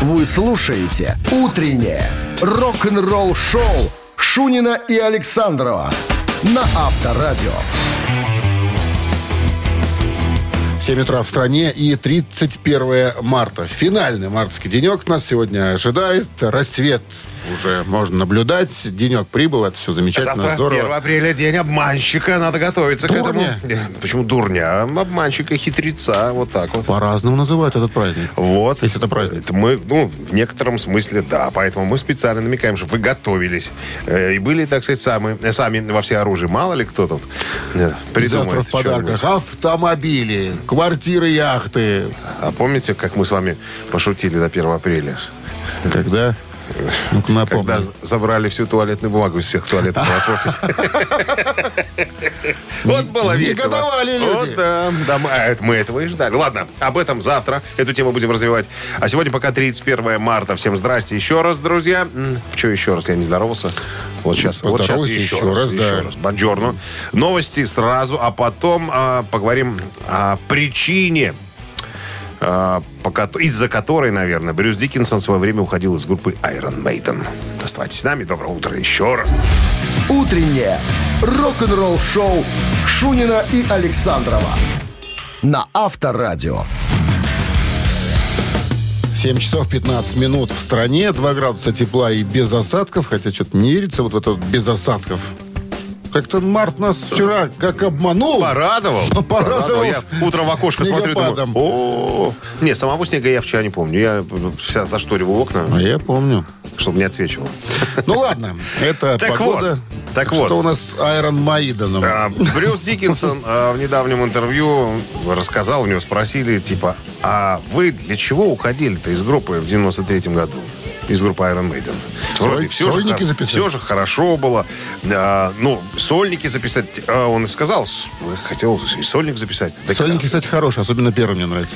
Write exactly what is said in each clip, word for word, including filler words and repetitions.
Вы слушаете «Утреннее рок-н-ролл-шоу» Шунина и Александрова на Авторадио. семь утра в стране и тридцать первое марта. Финальный мартовский денек нас сегодня ожидает. Рассвет уже можно наблюдать. Денек прибыл, это все замечательно, Завтра здорово. первого апреля, день обманщика. Надо готовиться Дурня. к этому. Почему дурня? Обманщика, хитреца. Вот так вот. По-разному называют этот праздник. Вот. Если это праздник. Это мы, ну, в некотором смысле, да. Поэтому мы специально намекаем, что вы готовились. Э, и были, так сказать, сами, сами во всеоружии. Мало ли кто тут э, придумает. Завтра в подарках автомобили, квартиры, яхты. А помните, как мы с вами пошутили до первого апреля? Когда? Ну-ка напомни. Когда забрали всю туалетную бумагу из всех туалетов у вас в офисе. Вот было весело. Негодовали люди. Вот, да, да, мы, а это мы этого и ждали. Ладно, об этом завтра. Эту тему будем развивать. А сегодня пока тридцать первое марта. Всем здрасте еще раз, друзья. Что еще раз? Я не здоровался. Вот сейчас. Вот сейчас еще, еще раз. раз да. Еще раз. Бонжорно. Новости сразу, а потом а, поговорим о причине, из-за которой, наверное, Брюс Диккенсон в свое время уходил из группы Iron Maiden. Оставайтесь с нами. Доброе утро еще раз. Утреннее рок-н-ролл-шоу Шунина и Александрова на Авторадио. семь часов пятнадцать минут в стране. два градуса тепла и без осадков. Хотя что-то не верится вот в это без осадков. Как-то март нас вчера как обманул. Порадовал. Порадовал. Я утром в окошко смотрю, думаю, о, не, самого снега я вчера не помню. Я вся зашториваю окна, А я помню. чтобы не отсвечивало. Ну ладно, это Так погода. вот, так Что вот. у нас с Айрон Маиденом? А, Брюс Диккенсон а, в недавнем интервью рассказал, у него спросили, типа, а вы для чего уходили-то из группы в девяносто третьем году? Из группы Iron Maiden. Вроде все же, все же хорошо было. А, ну, сольники записать, а, он и сказал, хотел и сольник записать. Так, Сольники, кстати, хорошие, особенно первый мне нравится.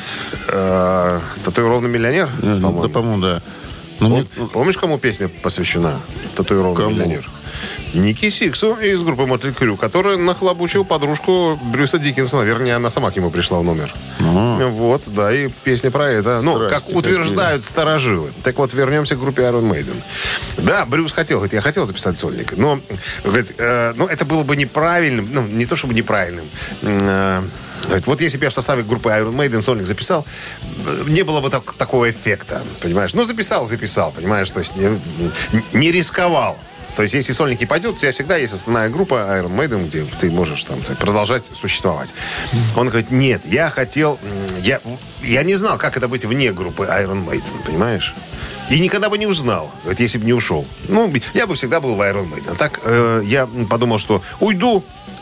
а, Татуированный миллионер? Да, По-моему. по-моему, да. Ну, мне- Пом- Помнишь, кому песня посвящена? Татуированный Кому? миллионер. Ники Сиксу из группы Мотли Крю, которая нахлобучила подружку Брюса Диккенсона. Вернее, она сама к нему пришла в номер. А. Вот, да, и песня про это. Ну, Здрасте, как утверждают старожилы. Так вот, вернемся к группе Iron Maiden. Да, Брюс хотел, говорит, я хотел записать сольник, но, говорит, э, ну, это было бы неправильным, ну, не то чтобы неправильным. Э, говорит, вот если бы я в составе группы Iron Maiden сольник записал, не было бы так, такого эффекта, понимаешь? Ну, записал, записал, понимаешь? То есть не, не рисковал. То есть, если сольники пойдут, у тебя всегда есть основная группа Iron Maiden, где ты можешь там продолжать существовать. Он говорит, нет, я хотел... Я, я не знал, как это быть вне группы Iron Maiden, понимаешь? И никогда бы не узнал, говорит, если бы не ушел. Ну, я бы всегда был в Iron Maiden. А так э, я подумал, что уйду,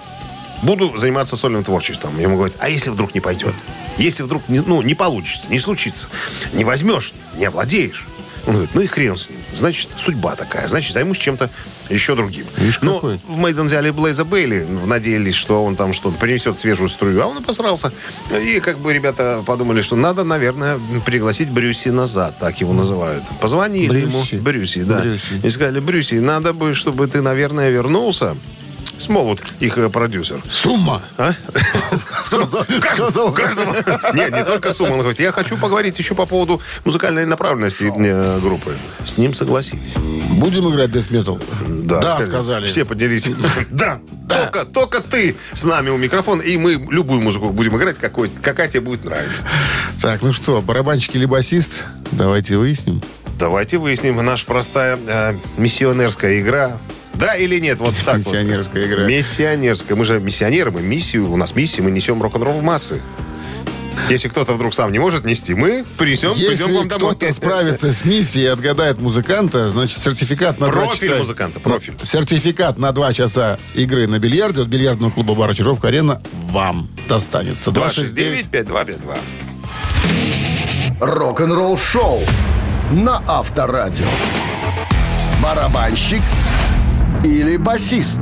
буду заниматься сольным творчеством. Ему говорят, а если вдруг не пойдет? Если вдруг не, ну, не получится, не случится, не возьмешь, не овладеешь. Он говорит, ну и хрен с ним. Значит, судьба такая. Значит, займусь чем-то еще другим. Видишь, Но какой? в Мейден взяли Блейза Бейли, надеялись, что он там что-то принесет свежую струю, а он обосрался. И как бы ребята подумали, что надо, наверное, пригласить Брюси назад, так его называют. Позвонили Брюси. ему. Брюси, да. Брюси. И сказали, Брюси, надо бы, чтобы ты, наверное, вернулся. Смолвуд, их э, продюсер. Сумма! А? Сказал, сказал. Каждому. Нет, не только сумма. Он говорит, я хочу поговорить еще по поводу музыкальной направленности э, группы. С ним согласились. Будем играть Death Metal? Да, сказали. Все поделись. Да, только, только ты с нами у микрофона, и мы любую музыку будем играть, какой, какая тебе будет нравиться. Так, ну что, барабанщик или басист? Давайте выясним. Давайте выясним. Наша простая э, миссионерская игра. Да или нет? Вот так вот. Миссионерская игра. Миссионерская. Мы же миссионеры, мы миссию, у нас миссия, мы несем рок-н-ролл в массы. Если кто-то вдруг сам не может нести, мы принесем, Если придем к вам домой. кто-то справится с миссией и отгадает музыканта, значит, сертификат на два Профиль часа... музыканта, профиль. Сертификат на два часа игры на бильярде от бильярдного клуба бара Чижовка-Арена вам достанется. два шесть девять пять два пять два. Рок-н-ролл-шоу на Авторадио. Барабанщик или басист?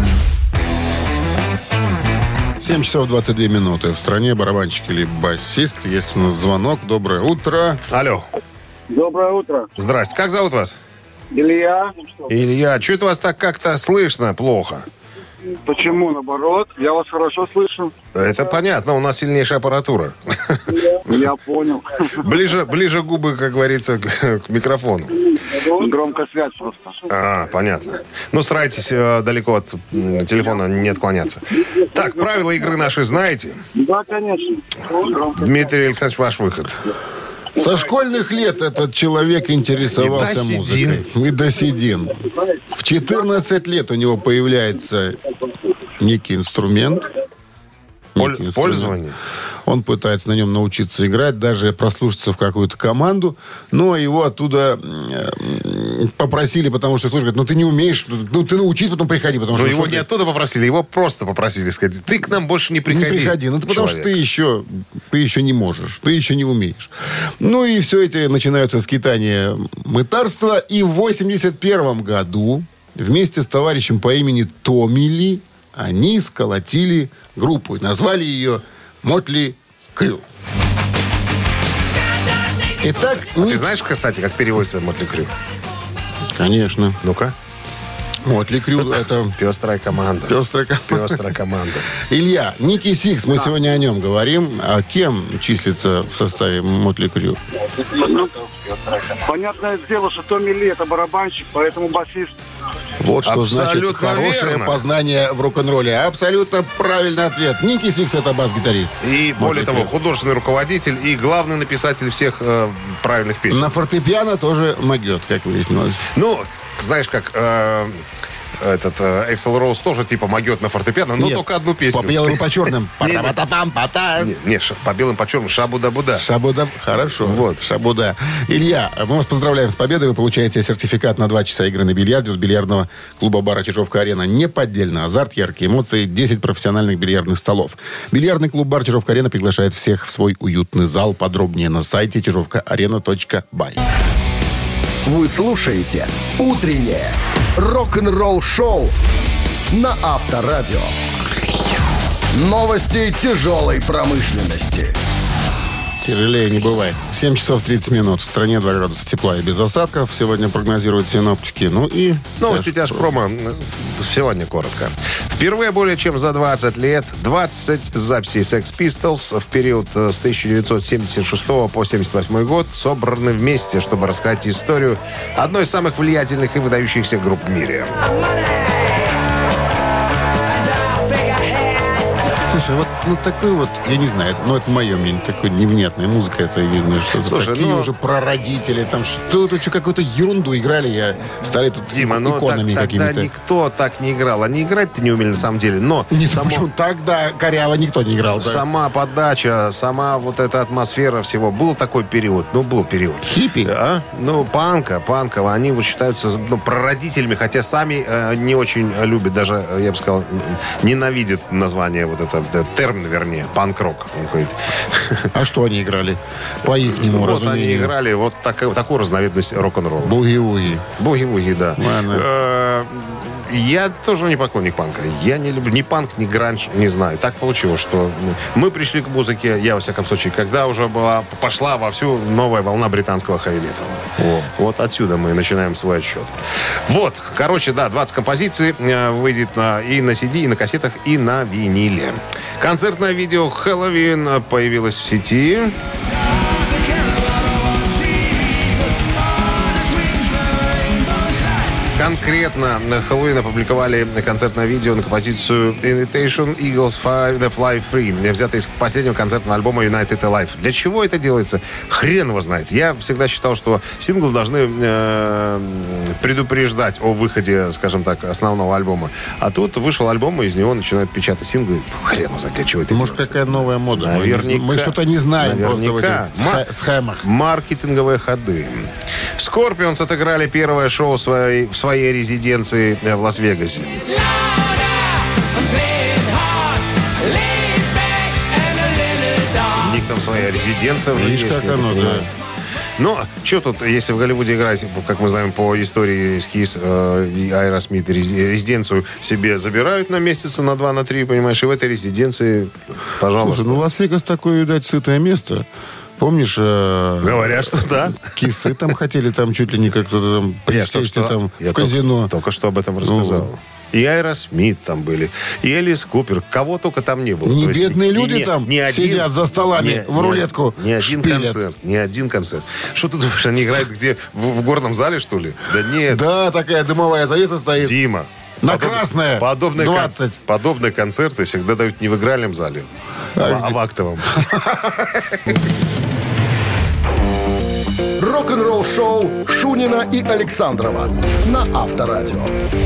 семь часов двадцать две минуты. В стране барабанщик или басист. Есть у нас звонок. Доброе утро. Алло. Доброе утро. Здрасте. Как зовут вас? Илья. Илья, что это у вас так как-то слышно плохо? Почему, наоборот? Я вас хорошо слышу. Это понятно, у нас сильнейшая аппаратура. Я понял. Ближе, ближе губы, как говорится, к, к микрофону. Громкая связь просто. А, понятно. Ну, старайтесь э, далеко от м, телефона не отклоняться. Так, правила игры наши знаете? Да, конечно. Дмитрий Александрович, ваш выход. Со школьных лет этот человек интересовался И до седин. музыкой. И до седин. В четырнадцать лет у него появляется некий инструмент. Поль- Некий инструмент. пользование? Он пытается на нем научиться играть, даже прослушаться в какую-то команду, но его оттуда э, попросили, потому что, слушай, говорит, ну ты не умеешь, ну ты научись, потом приходи. Потому Но что, его что не ты- оттуда попросили, его просто попросили сказать, ты к нам больше не приходи. Не приходи. Ну, это потому что человек. ты еще, ты еще не можешь, ты еще не умеешь. Ну, и все это начинаются скитания мытарства. И в восемьдесят первом году вместе с товарищем по имени Томми Ли они сколотили группу и назвали ее «Мотли Крю». Итак, А не- ты знаешь, кстати, как переводится Мотли Крю? Конечно. Ну-ка. «Мотли Крю» — это Пестрая команда. пестрая команда. Пестрая команда. Илья, Ники Сикс, мы сегодня о нем говорим. А кем числится в составе «Мотли Крю»? Ну, понятное дело, что Томми Ли это барабанщик, поэтому басист. Вот что значит Абсолютно хорошее верно. познание в рок-н-ролле. Абсолютно правильный ответ. Ники Сикс — это бас-гитарист. И, более того, художественный руководитель и главный написатель всех э, правильных песен. На фортепиано тоже могет, как выяснилось. Ну, знаешь, как э, этот э, Эксел Роуз тоже типа могет на фортепиано, но Нет, только одну песню. По белым и по черным. Не, не. Пара-па-та-пам-па-та. Не, не, ш- по белым, по черным, шабуда-буда. Шабуда. Хорошо. Вот. Шабуда. Илья, мы вас поздравляем с победой. Вы получаете сертификат на два часа игры на бильярде от бильярдного клуба-бара «Чижовка-арена». Неподдельно. Азарт, яркие эмоции, десять профессиональных бильярдных столов. Бильярдный клуб-бар «Чижовка-арена» приглашает всех в свой уютный зал. Подробнее на сайте чижовка арена точка бай. Вы слушаете «Утреннее рок-н-ролл-шоу» на Авторадио. Новости тяжелой промышленности. Тяжелее не бывает. семь часов тридцать минут. В стране два градуса тепла и без осадков. Сегодня прогнозируют синоптики. Ну и... Новости тяжпрома. Сегодня коротко. Впервые более чем за двадцать лет двадцать записей Sex Pistols в период с тысяча девятьсот семьдесят шестого по семьдесят восьмой год собраны вместе, чтобы рассказать историю одной из самых влиятельных и выдающихся групп в мире. Слушай, вот ну, такой вот, я не знаю, ну это мое мнение, такой невнятная музыка, это, я не знаю, что-то Слушай, такие ну- уже прародители, там что-то, что, какую-то ерунду играли, я стали тут Дима, ну так- иконами тогда какими-то. никто так не играл. Они играть-то не умели на самом деле, но Не, само- почему тогда коряво никто не играл. да? сама подача, сама вот эта атмосфера всего. Был такой период, ну, был период. Хиппи? А? Ну, панка, панкова, они вот считаются ну, прародителями, хотя сами э, не очень любят, даже, я бы сказал, ненавидят название, вот это, э, термин, вернее, панк-рок. Он говорит. А что они играли? По ихнему Вот они разумению. играли вот так- такую разновидность рок-н-ролла. Буги-вуги. Буги-вуги, да. Ладно. Э, Я тоже не поклонник панка. Я не люблю ни панк, ни гранж, не знаю. Так получилось, что мы пришли к музыке, я, во всяком случае, когда уже была, пошла вовсю новая волна британского хэви-металла. Вот отсюда мы начинаем свой отсчет. Вот, короче, да, двадцать композиций э, выйдет на, и на си ди, и на кассетах, и на виниле. Концертное видео «Хэллоуин» появилось в сети. Конкретно на Хэллоуин опубликовали концертное видео на композицию Invitation Eagles Fly, The Fly Free, взято из последнего концертного альбома United Alive. Для чего это делается? Хрен его знает. Я всегда считал, что синглы должны э, предупреждать о выходе, скажем так, основного альбома. А тут вышел альбом, и из него начинают печатать синглы. Хрен его знает, для чего это Может, делается. какая новая мода? Мы не- Наверняка. Мы что-то не знаем Наверняка. просто в этих Ма- схе- схемах. Маркетинговые ходы. Скорпионс отыграли первое шоу своей, в своей резиденции э, в Лас-Вегасе. У них там своя резиденция уже Видишь, есть, как я так оно, понимаю. да. Но что тут, если в Голливуде играть, как мы знаем по истории Скис э, и Аэросмит, рез- резиденцию себе забирают на месяц, на два, на три, понимаешь, и в этой резиденции, пожалуйста. Слушай, ну Лас-Вегас такое, видать, сытое место. Помнишь, э, Говорят, что да. кисы там хотели там чуть ли не как-то там Я только присесть что, там я в казино. Только, только что об этом рассказал. И Аэросмит там были, и Элис Купер. Кого только там не было. Не То есть бедные ни- люди ни- там ни один- сидят за столами, ни- в рулетку Ни, ни один шпилят. концерт. Ни один концерт. Что ты думаешь, они играют где? В, в горном зале, что ли? Да нет. Да, такая дымовая завеса стоит. Дима. На подоб- красное подобные, кон- двадцать. подобные концерты всегда дают не в игральном зале, а, а в актовом. Рок-н-ролл-шоу Шунина и Александрова на Авторадио.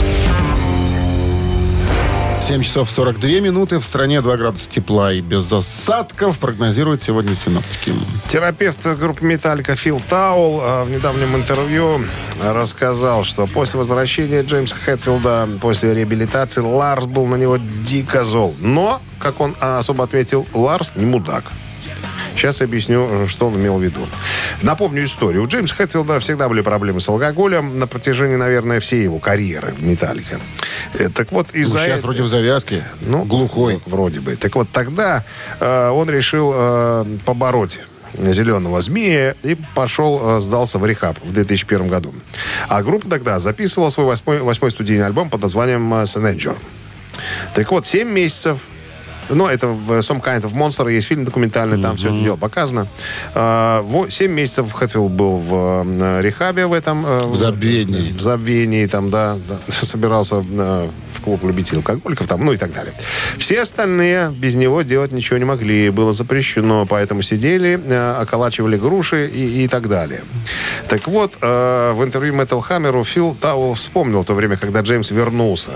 семь часов сорок две минуты. В стране два градуса тепла и без осадков прогнозируют сегодня синоптики. Терапевт группы «Металлика» Фил Таул в недавнем интервью рассказал, что после возвращения Джеймса Хэтфилда, после реабилитации, Ларс был на него дико зол. Но, как он особо отметил, Ларс не мудак. Сейчас я объясню, что он имел в виду. Напомню историю. У Джеймса Хэтфилда всегда были проблемы с алкоголем на протяжении, наверное, всей его карьеры в «Металлике». Э, Так вот, из-за Ну, сейчас этого- вроде в завязке. Ну, глухой. Вроде бы. Так вот, тогда э, он решил э, побороть зеленого змея и пошел, э, сдался в рехаб в две тысячи первом году. А группа тогда записывала свой восьмой, восьмой студийный альбом под названием «Sanager». Так вот, семь месяцев. Ну, это в «Some Kind of Monster», есть фильм документальный, там mm-hmm. все это дело показано. Семь месяцев Хэтфилд был в э, рехабе в этом... э, В забвении. В забвении, там, да, да собирался э, в клуб любителей алкоголиков, там, ну и так далее. Все остальные без него делать ничего не могли, было запрещено, поэтому сидели, э, околачивали груши и, и так далее. Так вот, э, в интервью Metal Hammer Фил Таул вспомнил то время, когда Джеймс вернулся.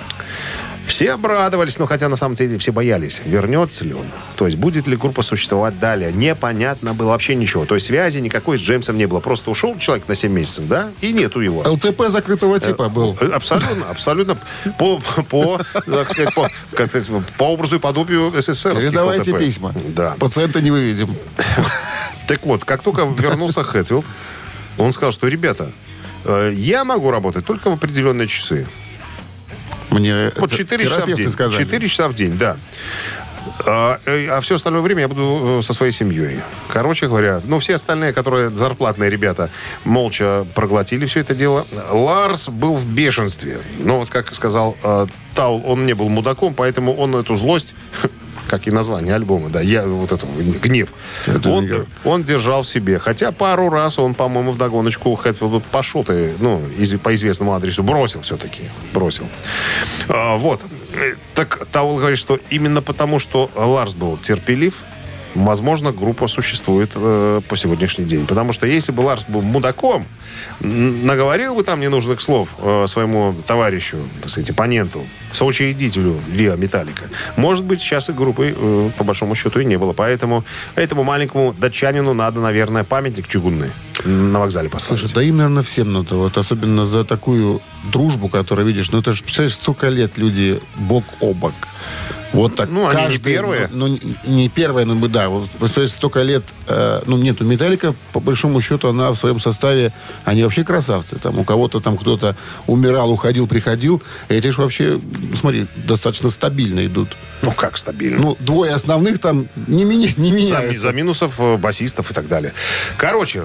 Все обрадовались, но хотя на самом деле все боялись, вернется ли он. То есть будет ли группа существовать далее. Непонятно было вообще ничего. То есть связи никакой с Джеймсом не было. Просто ушел человек на семь месяцев, да, и нету его. ЛТП закрытого типа был. Абсолютно, абсолютно. По, по, так сказать, по, как сказать, по образу и подобию СССР. Передавайте письма. Да. Пациента не выведем. Так вот, как только вернулся Хэтфилд, он сказал, что, ребята, э, я могу работать только в определенные часы. Мне Вот четыре часа в день. сказали. четыре часа в день, да. А, а все остальное время я буду со своей семьей. Короче говоря, ну, все остальные, которые зарплатные ребята, молча проглотили все это дело. Ларс был в бешенстве. Но вот, как сказал э, Таул, он не был мудаком, поэтому он эту злость... как и название альбома, да, я вот это гнев. Он, он держал в себе. Хотя пару раз он, по-моему, вдогоночку Хэтфилду пошел, ты, ну, из, по известному адресу бросил все-таки. Бросил. А, вот. Так Таул говорит, что именно потому, что Ларс был терпелив, возможно, группа существует э, по сегодняшний день. Потому что если бы Ларс был мудаком, наговорил бы там ненужных слов э, своему товарищу, так сказать, оппоненту, соучредителю Виа Металлика, может быть, сейчас и группы, э, по большому счету, и не было. Поэтому этому маленькому датчанину надо, наверное, памятник чугунный на вокзале поставить. Слушай, да им, наверное, всем надо. Вот особенно за такую дружбу, которую видишь. Ну, это же, представляешь, столько лет люди бок о бок. Вот так. Ну, каждый, они не первые. Ну, ну, не первые, но мы, да. Вот, представляешь, столько лет... Э, ну, нет, у «Металлика», по большому счету, она в своем составе... Они вообще красавцы. Там у кого-то там кто-то умирал, уходил, приходил. Эти же вообще, смотри, достаточно стабильно идут. Ну, как стабильно? Ну, двое основных там не, меня, не меняются. За, за минусов э, басистов и так далее. Короче,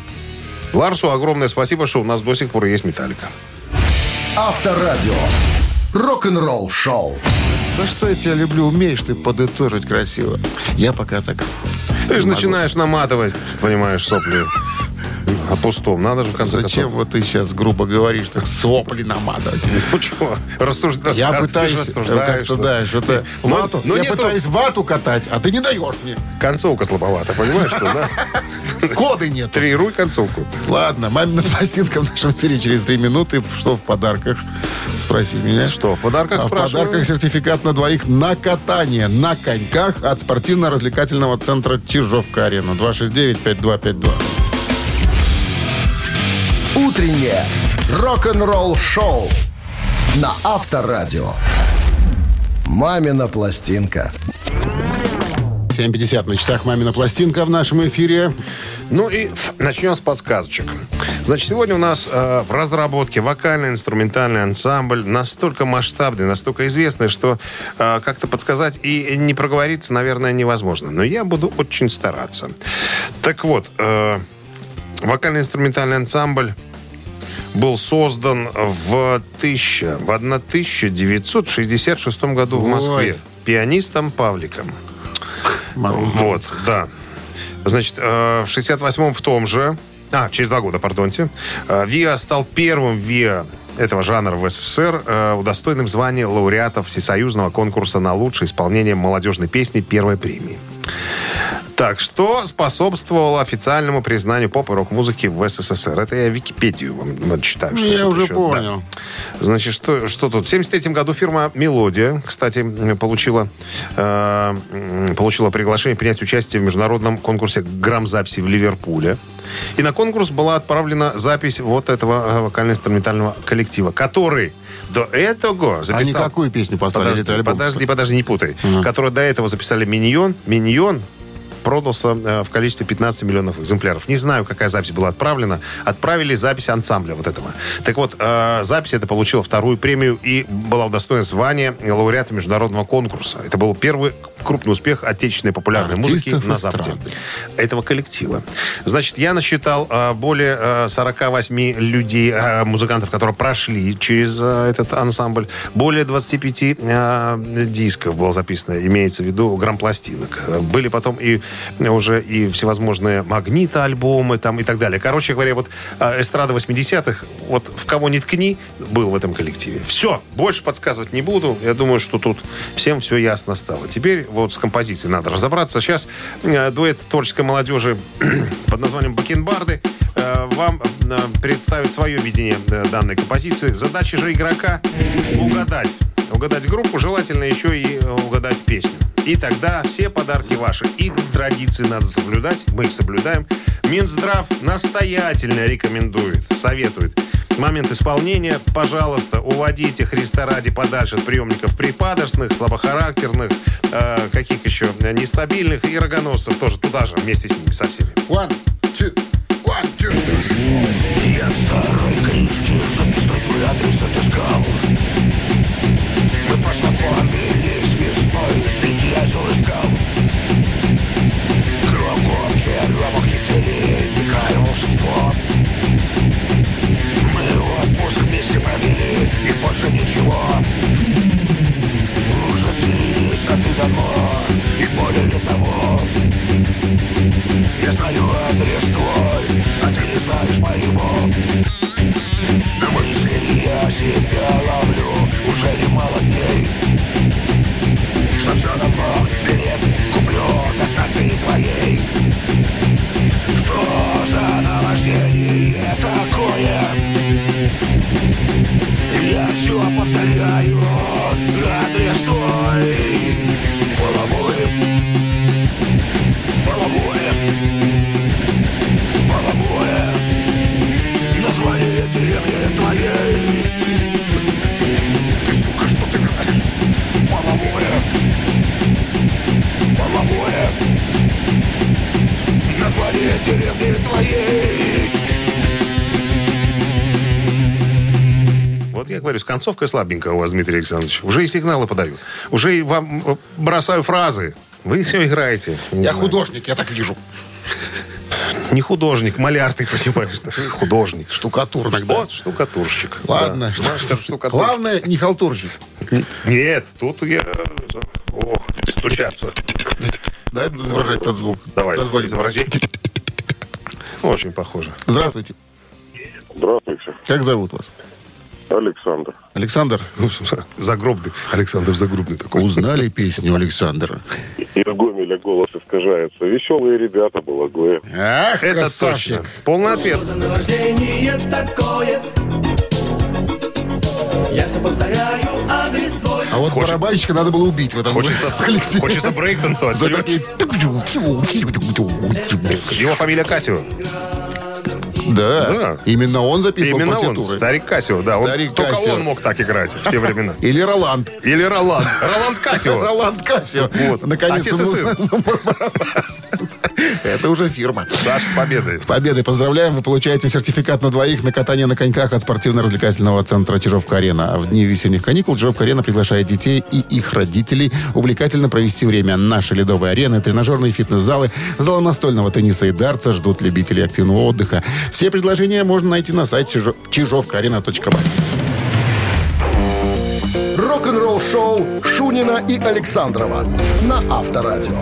Ларсу огромное спасибо, что у нас до сих пор есть «Металлика». Авторадио. Рок-н-ролл шоу. За что я тебя люблю? Умеешь ты подытожить красиво. Я пока так... Ты же могу. начинаешь наматывать, понимаешь, сопли о пустом. Надо же в конце Зачем концов. вот ты сейчас грубо говоришь, так сопли наматывать? Ну что, рассуждаешь? Я ты же пытаюсь рассуждаешь, как-то, что- да, что-то Ну, вату. ну, я нету- пытаюсь вату катать, а ты не даешь мне. Концовка слабовата, понимаешь, что, да? Коды нет. Тренируй концовку. Ладно, мамина пластинка в нашем эфире через три минуты. Что в подарках? Спроси меня. Что, в подарках, А в спрашиваю? подарках сертификат на двоих на катание на коньках от спортивно-развлекательного центра Чижовка-Арена. два шесть девять пять два пять два. Утреннее рок-н-ролл шоу на Авторадио. «Мамина пластинка». семь пятьдесят на часах «Мамина пластинка» в нашем эфире. Ну и начнем с подсказочек. Значит, сегодня у нас э, в разработке вокально-инструментальный ансамбль настолько масштабный, настолько известный, что э, как-то подсказать и не проговориться, наверное, невозможно. Но я буду очень стараться. Так вот, э, вокально-инструментальный ансамбль был создан в, тысяча, в тысяча девятьсот шестьдесят шестом году в Москве. Ой. Пианистом Павликом. Морозов. Вот, да. Значит, в шестьдесят восьмом в том же... А, через два года, пардонте. ВИА стал первым ВИА этого жанра в СССР, э, удостоенным звания лауреата Всесоюзного конкурса на лучшее исполнение молодежной песни первой премии. Так, что способствовало официальному признанию поп- и рок-музыки в СССР? Это я Википедию вам читаю. Что я уже еще. понял. Да. Значит, что, что тут? В семьдесят третьем году фирма «Мелодия», кстати, получила, э, получила приглашение принять участие в международном конкурсе грамзаписи в Ливерпуле. И на конкурс была отправлена запись вот этого вокально-инструментального коллектива, который до этого записал... Они какую песню поставили? Подожди, подожди, подожди, не путай. Uh-huh. Который до этого записали «Миньон». «Миньон» продался э, в количестве пятнадцать миллионов экземпляров. Не знаю, какая запись была отправлена. Отправили запись ансамбля вот этого. Так вот, э, запись эта получила вторую премию и была удостоена звания лауреата международного конкурса. Это был первый крупный успех отечественной популярной артистов музыки на Западе. Этого коллектива. Значит, я насчитал э, более э, сорок восемь людей, э, музыкантов, которые прошли через э, этот ансамбль. Более двадцать пять э, дисков было записано, имеется в виду грампластинок. Были потом и уже и всевозможные магниты-альбомы там и так далее. Короче говоря, вот эстрада восьмидесятых, вот в кого ни ткни, был в этом коллективе. Все, больше подсказывать не буду. Я думаю, что тут всем все ясно стало. Теперь вот с композицией надо разобраться. Сейчас дуэт творческой молодежи под названием «Бакенбарды» вам представит свое видение данной композиции. Задача же игрока угадать. Угадать группу, желательно еще и угадать песню. И тогда все подарки ваши. И традиции надо соблюдать. Мы их соблюдаем. Минздрав настоятельно рекомендует, советует. Момент исполнения, пожалуйста, уводите Христа ради подальше от приемников припадочных, слабохарактерных, э, каких еще, нестабильных и рогоносцев тоже туда же, вместе с ними, со всеми. One, two, one, two, three. Я в старой книжке записной твой адрес отыскал. Мы познакомились весной, среди озер и скал. Кругом черемах и целей, мигая волшебство. Мы отпуск вместе провели, и больше ничего. Уже три сады давно, и более того. Я знаю адрес твой, а ты не знаешь моего. На мысли я себя ловлю уже немало дней. Что все равно билет куплю до станции твоей. Что за наваждение такое? Я все повторяю, адрес твой. Половое, половое, половое. Название деревни твоей. Ты, сука, что ты играешь? Половое, половое. Название деревни твоей. Вот я говорю, с концовкой слабенькая у вас, Дмитрий Александрович. Уже и сигналы подаю. Уже и вам бросаю фразы. Вы все играете. Я знаю. Художник, я так и вижу. Не художник, маляр ты, понимаешь. Художник. Штукатурник, да? Вот, штукатурщик. Ладно. Да. Мастер штукатурщик. Главное, не халтурщик. Нет, тут я... Ох, стучаться. Дай изображать этот звук. Давай, Дозволь. изобрази. Очень похоже. Здравствуйте. Здравствуйте. Как зовут вас? Александр. Александр? Загробный. Александр Загробный такой. Узнали песню Александра? Из Гомеля голос искажается. Веселые ребята, Балагоя. Ах, это красавчик. точно. Полный ответ. Я все повторяю, адрес твой. А вот Хочет- барабанщика надо было убить в этом Хочется, коллективе. хочется брейк танцевать. За понимаешь? такие... Его фамилия Кассио. Да, Да. именно он записывал Именно он, партитуры. старик Кассио. Да, он- Старик только Кассио. он мог так играть в те времена. Или Роланд. Или Роланд. Роланд Кассио. Роланд Кассио. Вот. Наконец-то Отец и мы сын. узнаем. Это уже фирма. Саш, с победой. С победой поздравляем. Вы получаете сертификат на двоих на катание на коньках от спортивно-развлекательного центра Чижовка-Арена. В дни весенних каникул Чижовка-Арена приглашает детей и их родителей увлекательно провести время. Наши ледовые арены, тренажерные фитнес-залы, залы настольного тенниса и дартса ждут любителей активного отдыха. Все предложения можно найти на сайте чижовка арена точка бай. Рок-н-ролл-шоу Шунина и Александрова на Авторадио.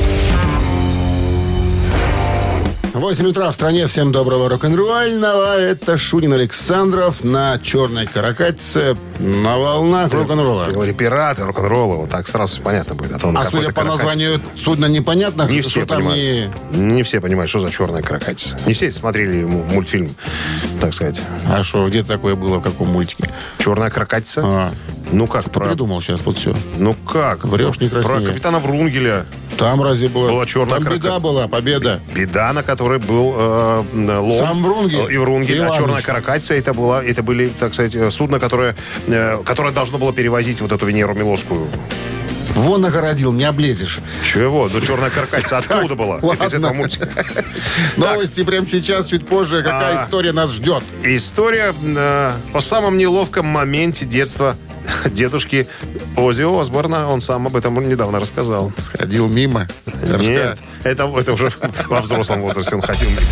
восемь утра в стране. Всем доброго рок-н-ролльного. Это Шунин Александров на черной каракатице на волнах рок-н-ролла. Ты говори, пираты рок-н-ролла. Вот так сразу понятно будет. А, то а судя по названию судна непонятно. Не все там понимают. Не... не все понимают, что за черная каракатица. Не все смотрели мультфильм, так сказать. А что, где такое было, в каком мультике? Черная каракатица? А. Ну как? Ты про... придумал сейчас вот все. Ну как? Врешь, не краснее. Про капитана Врунгеля. Там разве было? Была черная Там каракатица. беда была, победа. Беда, на которой был э, лом. Сам Врунгель. И Врунгель. И а черная каракатица, это, была, это были, так сказать, судно, которое, э, которое должно было перевозить вот эту Венеру Милосскую. Вон нагородил, не облезешь. Чего? Ну, черная каракатица откуда была? Из этого мультика. Новости прямо сейчас, чуть позже. Какая история нас ждет? История по самом неловком моменте детства дедушки Оззи Осборна. Он сам об этом недавно рассказал. Сходил мимо. Нет, это, это уже во взрослом возрасте он ходил мимо.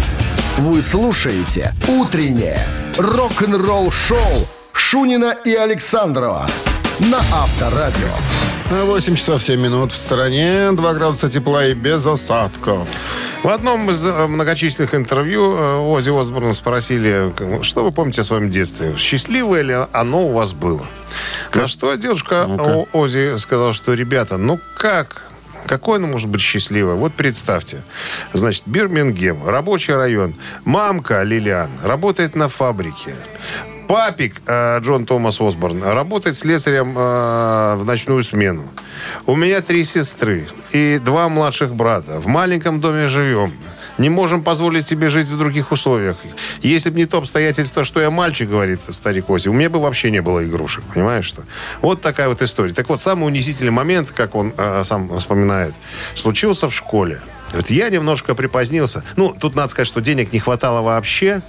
Вы слушаете «Утреннее рок-н-ролл-шоу» Шунина и Александрова на Авторадио. восемь часов семь минут в стороне, два градуса тепла и без осадков. В одном из многочисленных интервью Оззи Осборна спросили, что вы помните о своем детстве? Счастливое ли оно у вас было? Как? На что дедушка ну Оззи сказал, что, ребята, ну как... Какое оно может быть счастливое? Вот представьте. Значит, Бирмингем, рабочий район. Мамка Лилиан работает на фабрике. Папик э, Джон Томас Осборн работает слесарем э, в ночную смену. У меня три сестры и два младших брата. В маленьком доме живем. Не можем позволить себе жить в других условиях. Если бы не то обстоятельство, что я мальчик, говорит старик Оззи, у меня бы вообще не было игрушек. Понимаешь, что? Вот такая вот история. Так вот, самый унизительный момент, как он э, сам вспоминает, случился в школе. Вот я немножко припозднился. Ну, тут надо сказать, что денег не хватало вообще.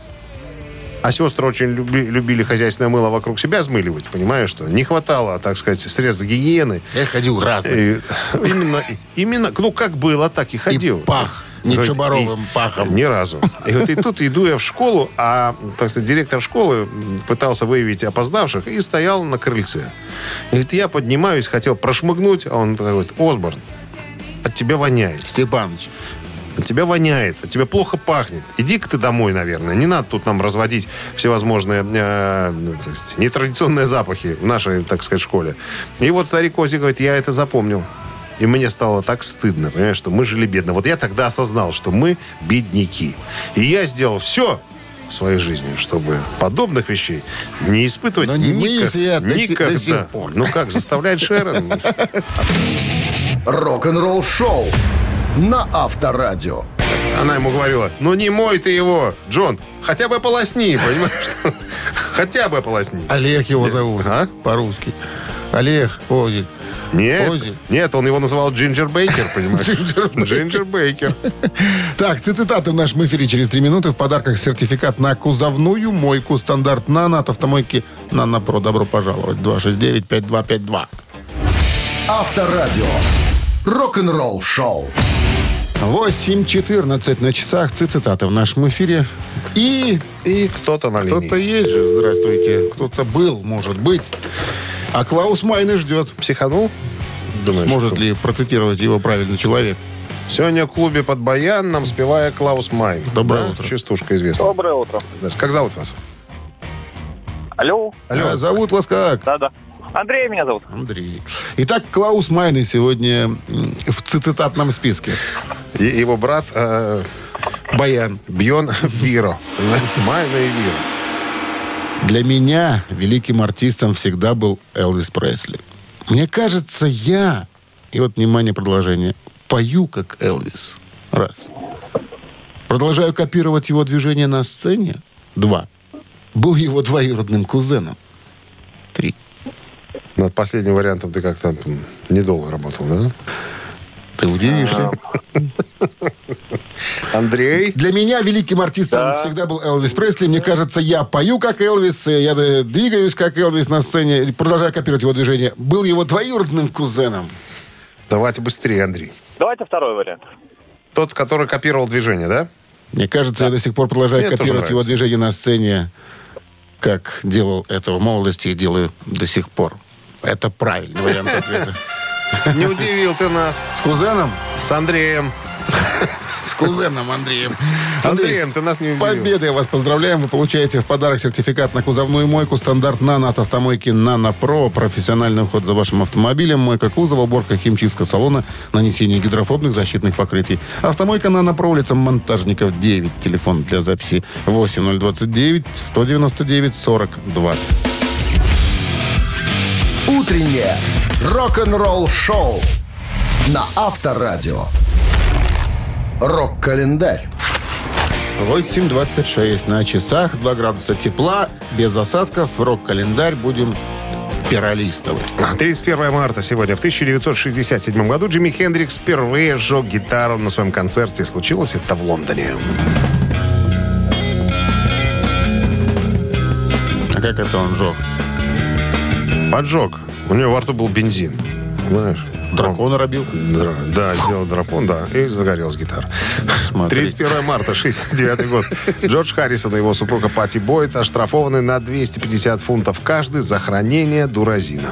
А сестры очень люби, любили хозяйственное мыло вокруг себя смыливать, понимаешь, что? Не хватало, так сказать, средств гигиены. Я ходил разный. И, именно, именно, ну, как было, так и ходил. И пах. Не говорит, чубаровым и, пахом. Ни разу. И вот и тут иду я в школу, а, так сказать, директор школы пытался выявить опоздавших и стоял на крыльце. И говорит, я поднимаюсь, хотел прошмыгнуть, а он говорит, Осборн, от тебя воняет. Степаныч. От тебя воняет, от тебя плохо пахнет. Иди-ка ты домой, наверное. Не надо тут нам разводить всевозможные э, нетрадиционные запахи в нашей, так сказать, школе. И вот старик Оззи говорит, я это запомнил. И мне стало так стыдно, понимаешь, что мы жили бедно. Вот я тогда осознал, что мы бедняки. И я сделал все в своей жизни, чтобы подобных вещей не испытывать. Но не никак, мы никогда. До сих пор. Ну как, заставлять Шерон? Рок-н-ролл-шоу на Авторадио. Она ему говорила, ну не мой ты его, Джон, хотя бы полосни, понимаешь? Хотя бы полосни. Олег его зовут, а? По-русски. Олег Оззи. Нет, Оззи. нет, он его называл Джинджер Бейкер, понимаешь? Джинджер Бейкер. Так, цитаты в нашем эфире через три минуты. В подарках сертификат на кузовную мойку стандарт «Нано» от автомойки «Нано Про». Добро пожаловать. два шесть девять пять два пять два. Авторадио. Рок-н-ролл-шоу. восемь четырнадцать на часах. Цитаты в нашем эфире. И... И кто-то на линии. Кто-то есть же, здравствуйте. Кто-то был, может быть. А Клаус Майне ждет. Психанул? Думаешь, сможет кто? ли процитировать его правильный человек? Сегодня в клубе под баян нам спевая Клаус Майн. Доброе да? утро. Частушка известна. Доброе утро. Знаешь, как зовут вас? Алло. Алло. А, зовут вас как? Да-да. Андрей меня зовут. Андрей. Итак, Клаус Майне сегодня в цитатном списке. И его брат э, Баян. Бьон Виро. Майна и Виро. Для меня великим артистом всегда был Элвис Пресли. Мне кажется, я, и вот, внимание, продолжение, пою как Элвис. Раз. Продолжаю копировать его движения на сцене. Два. Был его двоюродным кузеном. Три. Над последним вариантом ты как-то недолго работал, да? Ты удивишься. Андрей? Для меня великим артистом Да. всегда был Элвис Пресли. Мне кажется, я пою как Элвис, я д- двигаюсь как Элвис на сцене, продолжаю копировать его движение. Был его двоюродным кузеном. Давайте быстрее, Андрей. Давайте второй вариант. Тот, который копировал движение, да? Мне кажется, я до сих пор продолжаю Мне тоже копировать его нравится. движение на сцене, как делал это в молодости и делаю до сих пор. Это правильный вариант ответа. Не удивил ты нас. С кузеном? С Андреем. С кузеном Андреем. С Андреем ты нас не удивил. Победой вас поздравляем. Вы получаете в подарок сертификат на кузовную мойку стандарт «Нано» от автомойки «Нано Про». Профессиональный уход за вашим автомобилем, мойка кузова, уборка, химчистка салона, нанесение гидрофобных защитных покрытий. Автомойка «Нано Про», улица Монтажников, девять. Телефон для записи восемь ноль двадцать девять сто девяносто девять сорок двадцать. Утреннее рок-н-ролл-шоу на Авторадио. Рок-календарь. восемь двадцать шесть на часах, два градуса тепла, без осадков. Рок-календарь будем перолистовать. тридцать первое марта сегодня. В тысяча девятьсот шестьдесят седьмом году Джимми Хендрикс впервые сжег гитару на своем концерте. Случилось это в Лондоне. А как это он жег? Поджег. У него во рту был бензин. Знаешь? Дракона робил? Да, да, сделал дракон, да, и загорелась гитара. Смотри. тридцать первое марта, шестьдесят девятый год. Джордж Харрисон и его супруга Патти Бойд оштрафованы на двести пятьдесят фунтов каждый за хранение дуразина.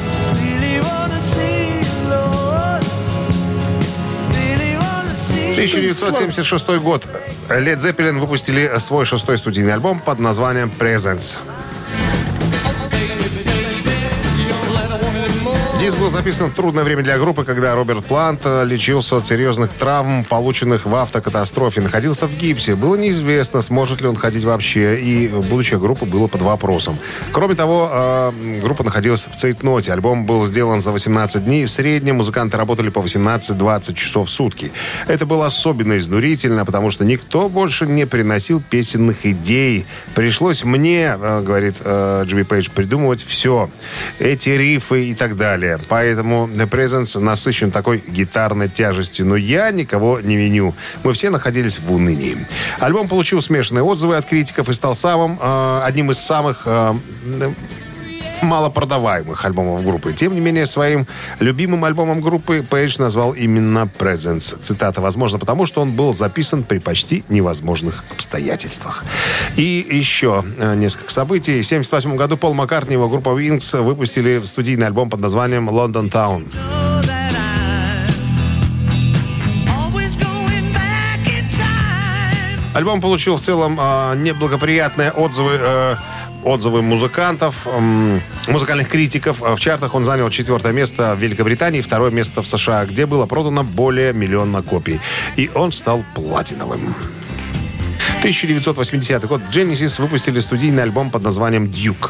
тысяча девятьсот семьдесят шестой год. Led Zeppelin выпустили свой шестой студийный альбом под названием «Presence». Диск был записан в трудное время для группы, когда Роберт Плант лечился от серьезных травм, полученных в автокатастрофе. Находился в гипсе. Было неизвестно, сможет ли он ходить вообще, и будущее группы было под вопросом. Кроме того, группа находилась в цейтноте. Альбом был сделан за восемнадцать дней. В среднем музыканты работали по восемнадцать-двадцать часов в сутки. Это было особенно изнурительно, потому что никто больше не приносил песенных идей. Пришлось мне, говорит Джимми Пейдж, придумывать все. Эти рифы и так далее. Поэтому The Presence насыщен такой гитарной тяжестью. Но я никого не виню. Мы все находились в унынии. Альбом получил смешанные отзывы от критиков и стал самым, э, одним из самых э, малопродаваемых альбомов группы. Тем не менее, своим любимым альбомом группы Пейдж назвал именно Presence. Цитата: «Возможно, потому что он был записан при почти невозможных обстоятельствах». И еще э, несколько событий. В семьдесят восьмом году Пол Маккартни и его группа Wings выпустили студийный альбом под названием «London Town». Альбом получил в целом э, неблагоприятные отзывы э, отзывы музыкантов, эм, музыкальных критиков. В чартах он занял четвертое место в Великобритании, второе место в США, где было продано более миллиона копий. И он стал платиновым. тысяча девятьсот восьмидесятый год. Genesis выпустили студийный альбом под названием «Duke».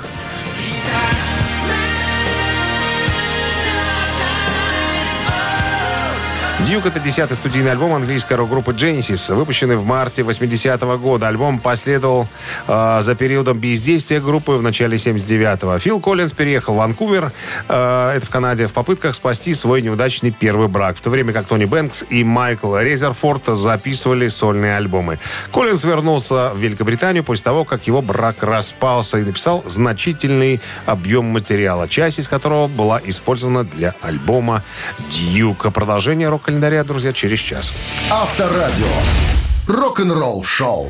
«Дьюк» — это десятый студийный альбом английской рок-группы Genesis, выпущенный в марте восьмидесятого года. Альбом последовал э, за периодом бездействия группы в начале семьдесят девятого. Фил Коллинз переехал в Ванкувер, э, это в Канаде, в попытках спасти свой неудачный первый брак, в то время как Тони Бэнкс и Майкл Резерфорд записывали сольные альбомы. Коллинз вернулся в Великобританию после того, как его брак распался, и написал значительный объем материала, часть из которого была использована для альбома «Дьюка». Продолжение рок-календаря, друзья, через час. Авторадио. Рок-н-ролл шоу.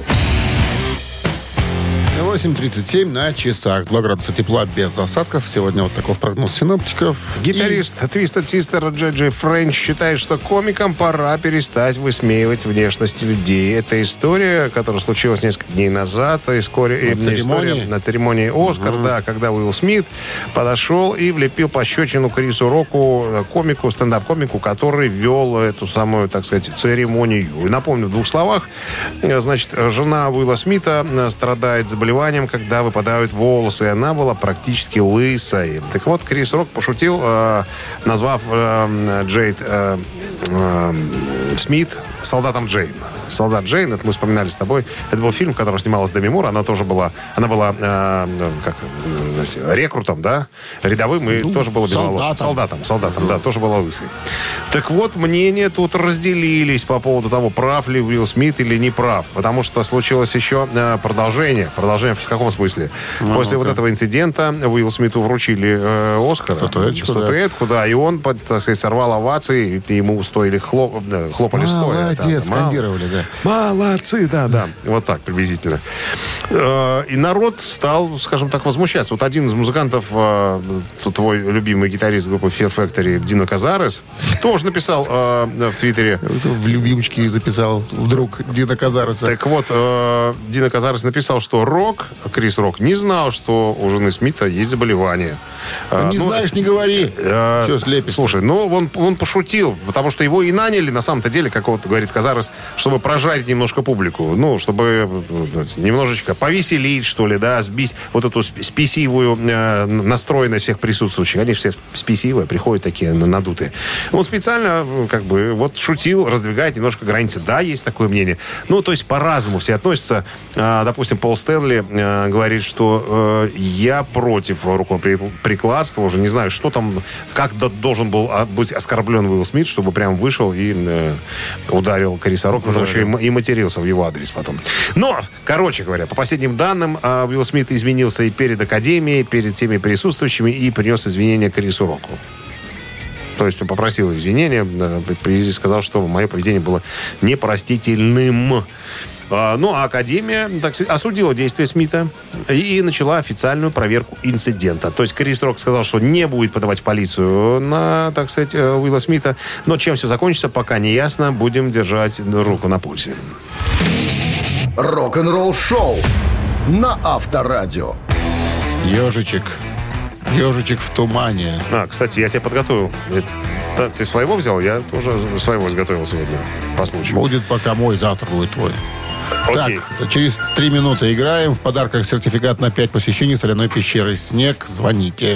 восемь тридцать семь на часах. два градуса тепла без осадков. Сегодня вот такой прогноз синоптиков. Гитарист Twisted Sister Джей Джей Френч считает, что комикам пора перестать высмеивать внешность людей. Это история, которая случилась несколько дней назад. История, На церемонии? история на церемонии «Оскар», угу. да, когда Уилл Смит подошел и влепил пощечину Крису Року, комику, стендап-комику, который вел эту самую, так сказать, церемонию. И напомню в двух словах, значит, жена Уилла Смита страдает заболеванием, когда выпадают волосы. Она была практически лысой. Так вот, Крис Рок пошутил, э, назвав э, Джейд э, э, Смит солдатом Джейн. «Солдат Джейн». Это мы вспоминали с тобой. Это был фильм, в котором снималась Деми Мур. Она тоже была, она была э, как, знаете, рекрутом, да, рядовым, и ну, тоже была без волос. Солдатом, солдатом, да, тоже была лысой. Так вот, мнения тут разделились по поводу того, прав ли Уилл Смит или не прав. Потому что случилось еще э, продолжение. Продолжение в каком смысле? Ну, После ну-ка. вот этого инцидента Уиллу Смиту вручили э, Оскар. Статуэтку, статуэтку да. да. И он, так сказать, сорвал овации, и ему стоили хлоп, хлопали стоя. Молодец, скандировали, да. Молодцы, да, да. Вот так приблизительно. Э, и народ стал, скажем так, возмущаться. Вот один из музыкантов, э, твой любимый гитарист группы Fear Factory, Дино Казарес, тоже написал э, в Твиттере. В любимчике записал вдруг Дино Казареса. Так вот, э, Дино Казарес написал, что Рок, Крис Рок, не знал, что у жены Смита есть заболевание. Э, не ну, знаешь, не говори. Э, Что слепишь? Слушай, ну он, он пошутил, потому что его и наняли, на самом-то деле, как вот говорит Казарес, чтобы прожарить немножко публику. Ну, чтобы немножечко повеселить, что ли, да, сбить вот эту спесивую э, настроенность всех присутствующих. Они все спесивые, приходят такие надутые. Он специально, как бы, вот шутил, раздвигает немножко границы. Да, есть такое мнение. Ну, то есть по-разному все относятся. Э, допустим, Пол Стэнли э, говорит, что э, я против рукоприкладства. Уже не знаю, что там, как должен был быть оскорблен Уилл Смит, чтобы прям вышел и э, ударил Криса Рока, потому что и, и матерился в его адрес потом. Но, короче говоря, по последним данным, э, Уилл Смит изменился и перед Академией, перед всеми присутствующими, и принес извинения Крису Року. То есть он попросил извинения и сказал, что мое поведение было непростительным. Ну, а Академия, так сказать, осудила действия Смита и начала официальную проверку инцидента. То есть Крис Рок сказал, что не будет подавать в полицию на, так сказать, Уилла Смита. Но чем все закончится, пока не ясно. Будем держать руку на пульсе. Рок-н-ролл шоу на Авторадио. Ежичек. Ежичек в тумане. А, кстати, я тебя подготовил. Ты своего взял? Я тоже своего изготовил сегодня по случаю. Будет пока мой, завтра будет твой. Окей. Так, через три минуты играем. В подарках сертификат на пять посещений соляной пещеры «Снег». Звоните.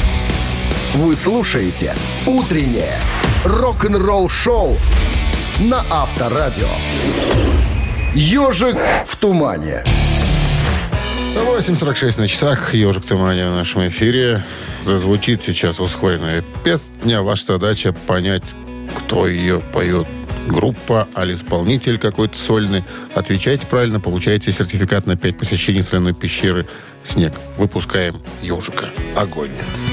Вы слушаете «Утреннее рок-н-ролл-шоу» на Авторадио. «Ежик в тумане». восемь сорок шесть на часах. «Ежик в тумане» в нашем эфире. Зазвучит сейчас ускоренная песня. Ваша задача понять, кто ее поет. Группа, али исполнитель какой-то сольный. Отвечайте правильно, получаете сертификат на пять посещений соляной пещеры «Снег». Выпускаем ежика. Огонь.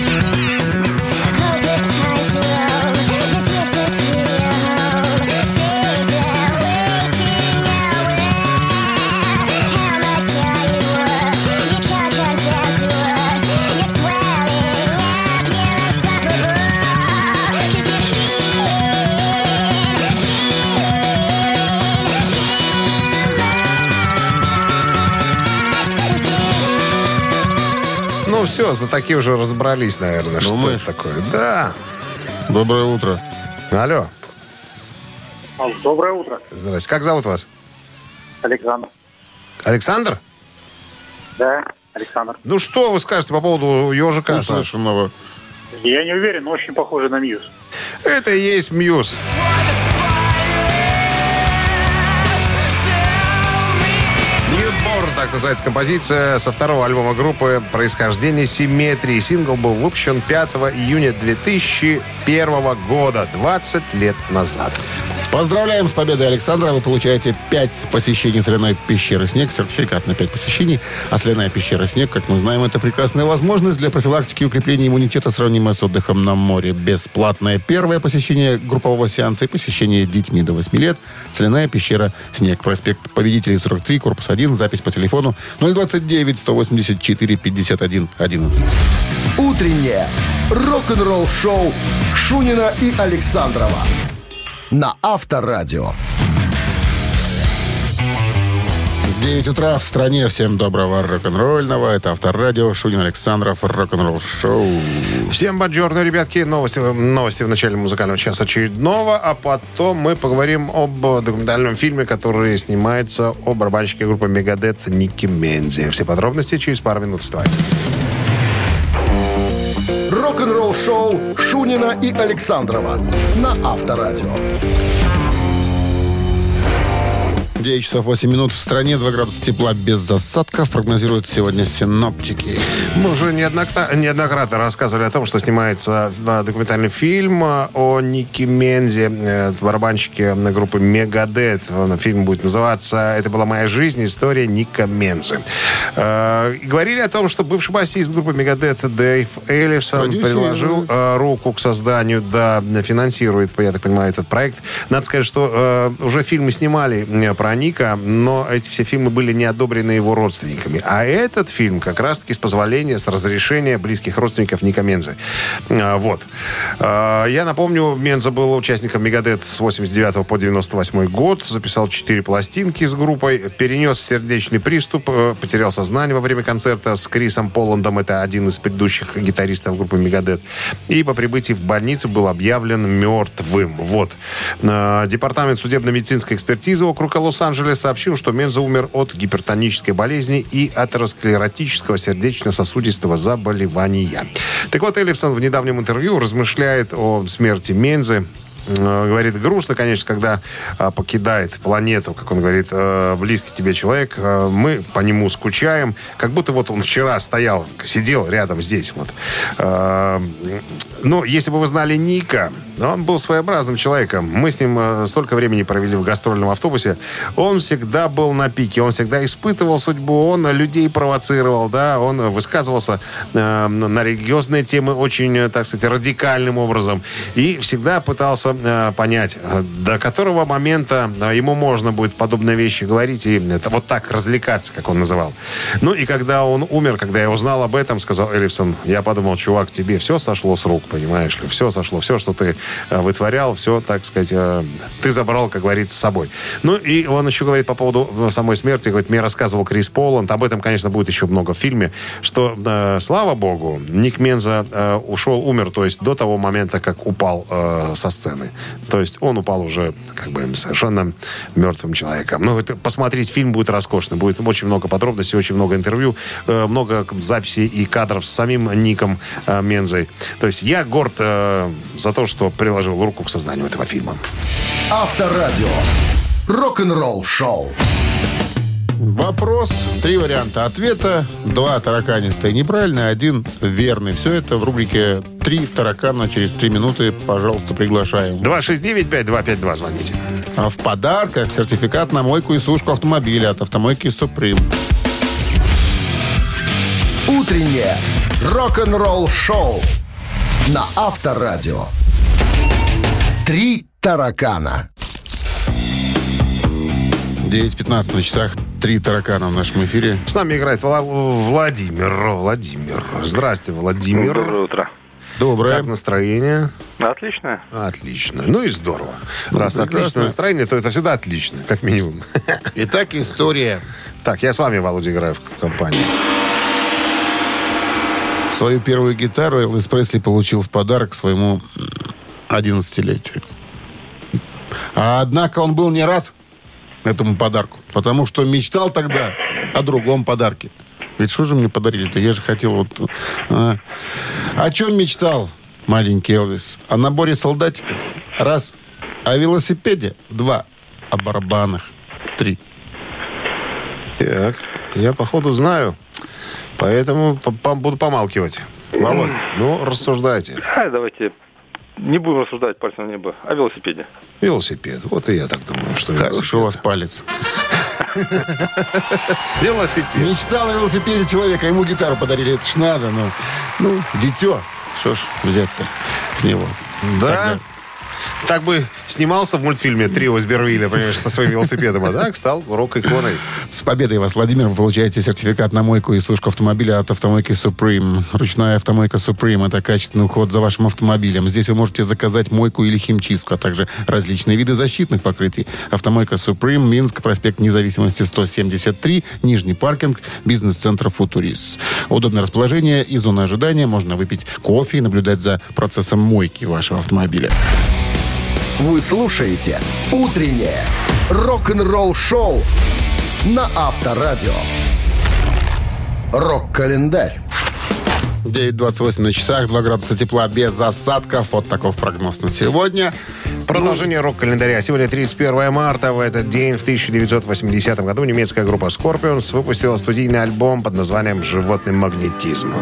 Ну все, знатоки уже разобрались, наверное, Думаешь? что это такое. Да. Доброе утро. Алло. Доброе утро. Здрасте. Как зовут вас? Александр. Александр? Да, Александр. Ну что вы скажете по поводу ежика? Услышанного. Я не уверен, но очень похоже на Мьюз. Это и есть Мьюз. Так называется композиция со второго альбома группы «Происхождение симметрии». Сингл был выпущен пятого июня две тысячи первого года, двадцать лет назад. Поздравляем с победой Александра. Вы получаете пять посещений соляной пещеры «Снег», сертификат на пять посещений. А соляная пещера «Снег», как мы знаем, это прекрасная возможность для профилактики и укрепления иммунитета, сравнимая с отдыхом на море. Бесплатное первое посещение группового сеанса и посещение детьми до восьми лет. Соляная пещера «Снег». Проспект Победителей, сорок три, корпус один. Запись по телефону ноль двадцать девять сто восемьдесят четыре пятьдесят один одиннадцать. Утреннее рок-н-ролл-шоу Шунина и Александрова на Авторадио. девять утра в стране. Всем доброго рок-н-ролльного. Это Авторадио. Шунин, Александров. Рок-н-ролл шоу. Всем бонжорно, ребятки. Новости, новости в начале музыкального часа очередного. А потом мы поговорим об документальном фильме, который снимается о барабанщике группы Megadeth Никки Мензи. Все подробности через пару минут. Вставайте. Рок-н-ролл-шоу Шунина и Александрова на Авторадио. девять часов восемь минут. В стране два градуса тепла без засадков. Прогнозируют сегодня синоптики. Мы уже неоднократно, неоднократно рассказывали о том, что снимается документальный фильм о Нике Мензе, барабанщике группы Мегадет. Фильм будет называться «Это была моя жизнь. История Ника Мензе». И говорили о том, что бывший басист группы Мегадет Дэйв Эллифсон приложил руку к созданию, да, финансирует, я так понимаю, этот проект. Надо сказать, что уже фильмы снимали про Ника, но эти все фильмы были не одобрены его родственниками. А этот фильм как раз-таки с позволения, с разрешения близких родственников Ника Мензе. Вот. Я напомню, Мензе был участником Мегадет с восемьдесят девятого по девяносто восьмой год, записал четыре пластинки с группой, перенес сердечный приступ, потерял сознание во время концерта с Крисом Полландом, это один из предыдущих гитаристов группы Мегадет, и по прибытии в больницу был объявлен мертвым. Вот. Департамент судебно-медицинской экспертизы округа Лос-Анджелес сообщил, что Мензе умер от гипертонической болезни и атеросклеротического сердечно-сосудистого заболевания. Так вот, Эллифсон в недавнем интервью размышляет о смерти Мензе. Говорит, грустно, конечно, когда а, покидает планету, как он говорит, э, близкий тебе человек. Э, мы по нему скучаем. Как будто вот он вчера стоял, сидел рядом здесь. Вот. Э, ну, если бы вы знали Ника, он был своеобразным человеком. Мы с ним э, столько времени провели в гастрольном автобусе. Он всегда был на пике. Он всегда испытывал судьбу. Он людей провоцировал, да. Он высказывался э, на религиозные темы очень, так сказать, радикальным образом. И всегда пытался понять, до которого момента ему можно будет подобные вещи говорить и это, вот так развлекаться, как он называл. Ну и когда он умер, когда я узнал об этом, сказал Эллифсон, я подумал, чувак, тебе все сошло с рук, понимаешь ли, все сошло, все, что ты вытворял, все, так сказать, ты забрал, как говорится, с собой. Ну и он еще говорит по поводу самой смерти, говорит, мне рассказывал Крис Полланд, об этом, конечно, будет еще много в фильме, что, э, слава богу, Ник Мензе э, ушел, умер, то есть до того момента, как упал э, со сцены. То есть он упал уже как бы совершенно мертвым человеком. Ну, это, посмотреть фильм будет роскошно. Будет очень много подробностей, очень много интервью, э, много записей и кадров с самим Ником э, Мензой. То есть я горд э, за то, что приложил руку к созданию этого фильма. Авторадио. Рок-н-ролл шоу. Вопрос, три варианта ответа, два тараканистые неправильные, один верный. Все это в рубрике «Три таракана». Через три минуты, пожалуйста, приглашаем. два шесть девять пять два пять два звоните. А в подарках сертификат на мойку и сушку автомобиля от автомойки «Суприм». Утреннее рок-н-ролл шоу на Авторадио. «Три таракана». девять пятнадцать на часах. Три таракана в нашем эфире. С нами играет Вла- Владимир. Владимир. Здрасте, Владимир. Доброе утро. Доброе. Как настроение? Отлично. Отлично. Ну и здорово. Ну, раз прекрасно. отличное настроение, то это всегда отлично, как минимум. Итак, история. Так, я с вами, Володя, играю в компании. Свою первую гитару Элвис Пресли получил в подарок к своему одиннадцатилетию. А однако он был не рад этому подарку, потому что мечтал тогда о другом подарке. Ведь что же мне подарили-то? Я же хотел вот... А. О чем мечтал маленький Элвис? О наборе солдатиков. Раз. О велосипеде. Два. О барабанах. Три. Так, я, походу, знаю. Поэтому по- буду помалкивать. Володь, ну, рассуждайте. А, давайте не будем рассуждать пальцем в небо о велосипеде. Велосипед. Вот и я так думаю, что Хороший у вас палец. Велосипед. Мечтал о велосипеде человека, ему гитару подарили. Это ж надо, ну. Ну, дитё. Что ж взять-то с него? Да. Тогда. Так бы снимался в мультфильме «Трио из Бервилля», понимаешь, со своим велосипедом, а так стал рок-иконой. С победой вас, Владимир. Вы получаете сертификат на мойку и сушку автомобиля от автомойки Supreme. Ручная автомойка Supreme – это качественный уход за вашим автомобилем. Здесь вы можете заказать мойку или химчистку, а также различные виды защитных покрытий. Автомойка Supreme, Минск, проспект Независимости сто семьдесят три, Нижний паркинг, бизнес-центр «Футурис». Удобное расположение и зона ожидания. Можно выпить кофе и наблюдать за процессом мойки вашего автомобиля. Вы слушаете «Утреннее рок-н-ролл-шоу» на Авторадио. Рок-календарь. девять двадцать восемь на часах, два градуса тепла без осадков. Вот таков прогноз на сегодня. Продолжение рок-календаря. Сегодня тридцать первое марта. В этот день, в тысяча девятьсот восьмидесятом году, немецкая группа Scorpions выпустила студийный альбом под названием «Животный магнетизм».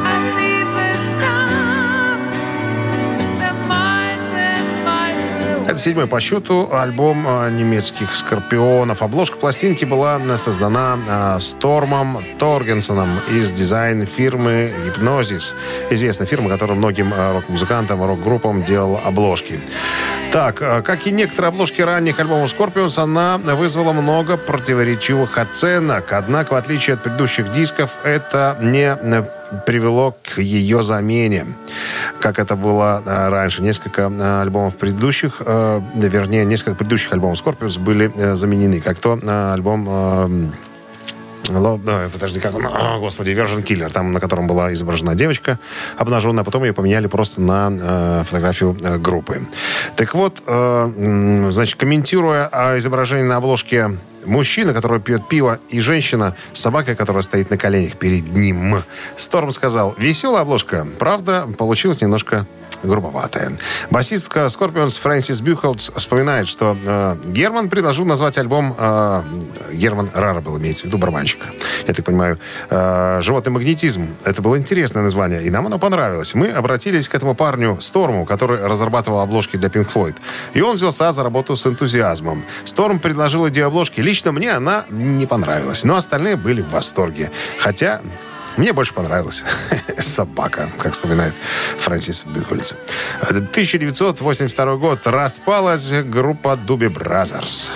Это седьмой по счету альбом немецких «Скорпионов». Обложка пластинки была создана Стормом Торгенсоном из дизайн-фирмы «Гипнозис». Известная фирма, которая многим рок-музыкантам, рок-группам делала обложки. Так, как и некоторые обложки ранних альбомов Scorpions, она вызвала много противоречивых оценок. Однако, в отличие от предыдущих дисков, это не привело к ее замене, как это было раньше. Несколько альбомов предыдущих, вернее, несколько предыдущих альбомов Scorpions были заменены, как то альбом... Подожди, как он? О, господи, Virgin Killer, там, на котором была изображена девочка обнаженная, а потом ее поменяли просто на э, фотографию э, группы. Так вот, э, значит, комментируя о изображении на обложке мужчина, который пьет пиво, и женщина с собакой, которая стоит на коленях перед ним, Сторм сказал: веселая обложка, правда, получилась немножко грубоватая. Басистка Scorpions Фрэнсис Бюхолдс вспоминает, что э, Герман предложил назвать альбом э, Герман Рарабл, имеется в виду барабанщик. Я так понимаю, э, «Животный магнетизм». Это было интересное название, и нам оно понравилось. Мы обратились к этому парню Сторму, который разрабатывал обложки для Pink Floyd. И он взялся за работу с энтузиазмом. Сторм предложил идею обложки. Лично мне она не понравилась, но остальные были в восторге. Хотя... мне больше понравилась собака, как вспоминает Фрэнсис Бюхольц. тысяча девятьсот восемьдесят второй год. Распалась группа Doobie Brothers.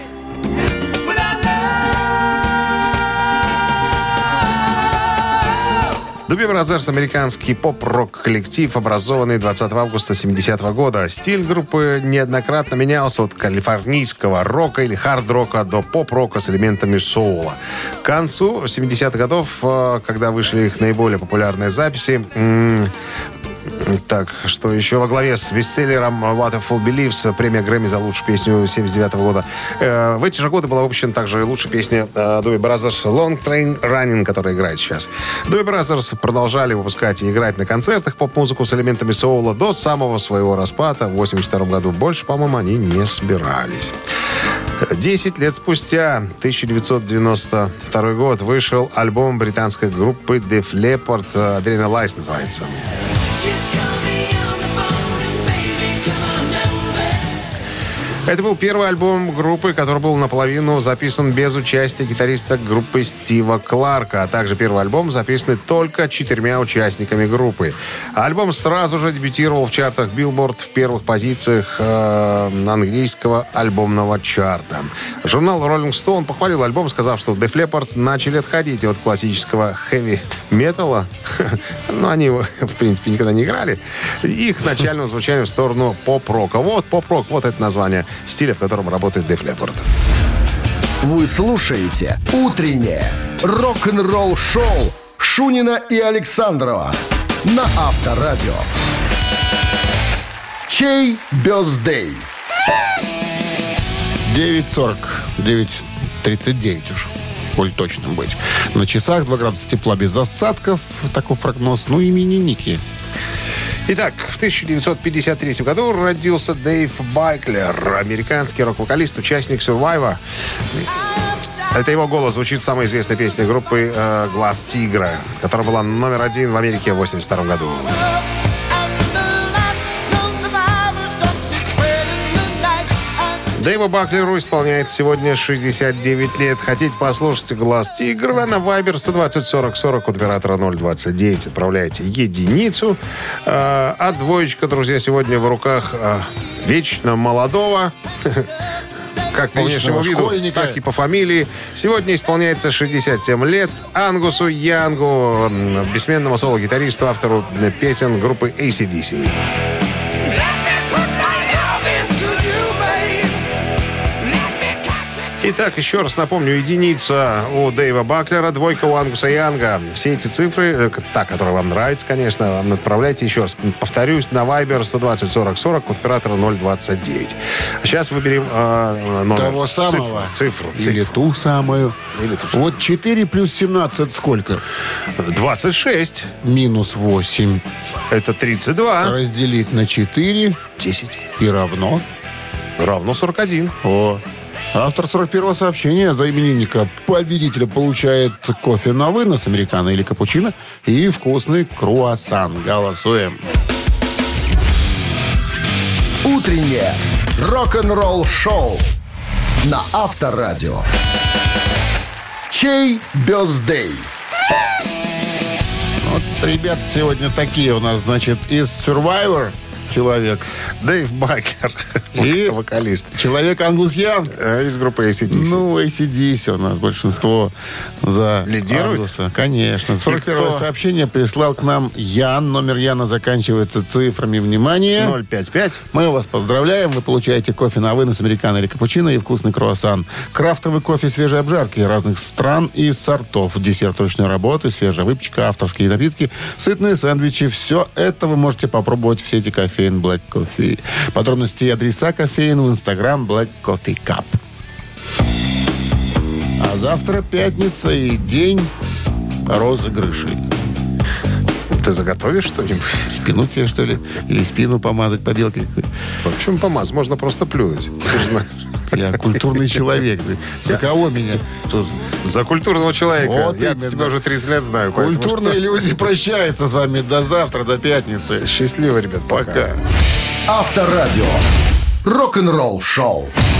Doobie Brothers — американский поп-рок-коллектив, образованный двадцатого августа семидесятого года. Стиль группы неоднократно менялся от калифорнийского рока или хард-рока до поп-рока с элементами соула. К концу семидесятых годов, когда вышли их наиболее популярные записи, м- так, что еще во главе с бестселлером «What a Fool Believes», премия Грэмми за лучшую песню семьдесят девятого года. Э, в эти же годы была выпущена также лучшая песня э, Doobie Brothers «Long Train Running», которая играет сейчас. Doobie Brothers продолжали выпускать и играть на концертах поп-музыку с элементами соула до самого своего распада в восемьдесят втором году. Больше, по-моему, они не собирались. Десять лет спустя, тысяча девятьсот девяносто второй год, вышел альбом британской группы Def Leppard, «Adrenalize» называется. Это был первый альбом группы, который был наполовину записан без участия гитариста группы Стива Кларка, а также первый альбом, записанный только четырьмя участниками группы. Альбом сразу же дебютировал в чартах Billboard в первых позициях э, английского альбомного чарта. Журнал Rolling Stone похвалил альбом, сказав, что Def Leppard начали отходить от классического хэви-металла, но они его, в принципе, никогда не играли, их начального звучания в сторону поп-рока. Вот поп-рок, вот это название стиля, в котором работает Def Leppard. Вы слушаете «Утреннее рок-н-ролл-шоу» Шунина и Александрова на Авторадио. Чей бёздей? девять сорок, девять тридцать девять уж, коль точным быть. На часах два градуса тепла без осадков. Таков прогноз. Ну, именинники. Итак, в тысяча девятьсот пятьдесят третьем году родился Дэйв Байклер, американский рок-вокалист, участник Survivor. Это его голос звучит в самой известной песне группы э, «Глаз тигра», которая была номер один в Америке в восемьдесят втором году. Дэйву Баклеру исполняется сегодня шестьдесят девять лет. Хотите послушать «Глаз тигра» на Viber сто двадцать сорок сорок от оператора ноль двадцать девять. Отправляйте единицу. А двоечка, друзья, сегодня в руках вечно молодого, как по внешнему виду, так и по фамилии. Сегодня исполняется шестьдесят семь лет Ангусу Янгу, бессменному соло-гитаристу, автору песен группы эй си ди си. Итак, еще раз напомню, единица у Дэйва Баклера, двойка у Ангуса Янга. Все эти цифры, та, которая вам нравится, конечно, вам отправляйте еще раз. Повторюсь, на Viber сто двадцать сорок сорок, код оператора ноль двадцать девять. А сейчас выберем э, номер. Того самого. Цифру. цифру Или цифру. ту самую. Или ту самую. Вот четыре плюс семнадцать сколько? двадцать шесть. Минус восемь. Это тридцать два. Разделить на четыре. десять. И равно. Равно сорок один. О. Автор сорок первого сообщения за именинника победителя получает кофе на вынос, американо или капучино, и вкусный круассан. Голосуем. Утреннее рок-н-ролл-шоу на Авторадио. Чей бёздей? Вот, ребят, сегодня такие у нас, значит, из Survivor человек. Дэйв Баклер, И вокалист. Человек Ангус Янг. Э, Из группы эй си ди си. Ну, эй си ди си у нас большинство за Лидирует? Ангуса. Конечно. сорок первое кто? сообщение прислал к нам Ян. Номер Яна заканчивается цифрами. Внимание. ноль пять пять. Мы вас поздравляем. Вы получаете кофе на вынос, американо или капучино и вкусный круассан. Крафтовый кофе свежей обжарки разных стран и сортов. Десерт ручной работы, свежая выпечка, авторские напитки, сытные сэндвичи. Все это вы можете попробовать в сети кофеин Black Coffee. Подробности и адреса кофеин в Instagram Black Coffee Cup. А завтра пятница и день розыгрышей. Ты заготовишь что-нибудь? Спину тебе, что ли? Или спину помазать побелкой? В общем, помаз. Можно просто плюнуть. Ты же знаешь. Я культурный человек. За кого меня? Тут За культурного человека. Вот Я именно. тебя уже тридцать лет знаю. поэтому культурные люди прощаются с вами до завтра, до пятницы. что- Счастливо, ребят. Пока. Пока. Авторадио. Рок-н-ролл-шоу.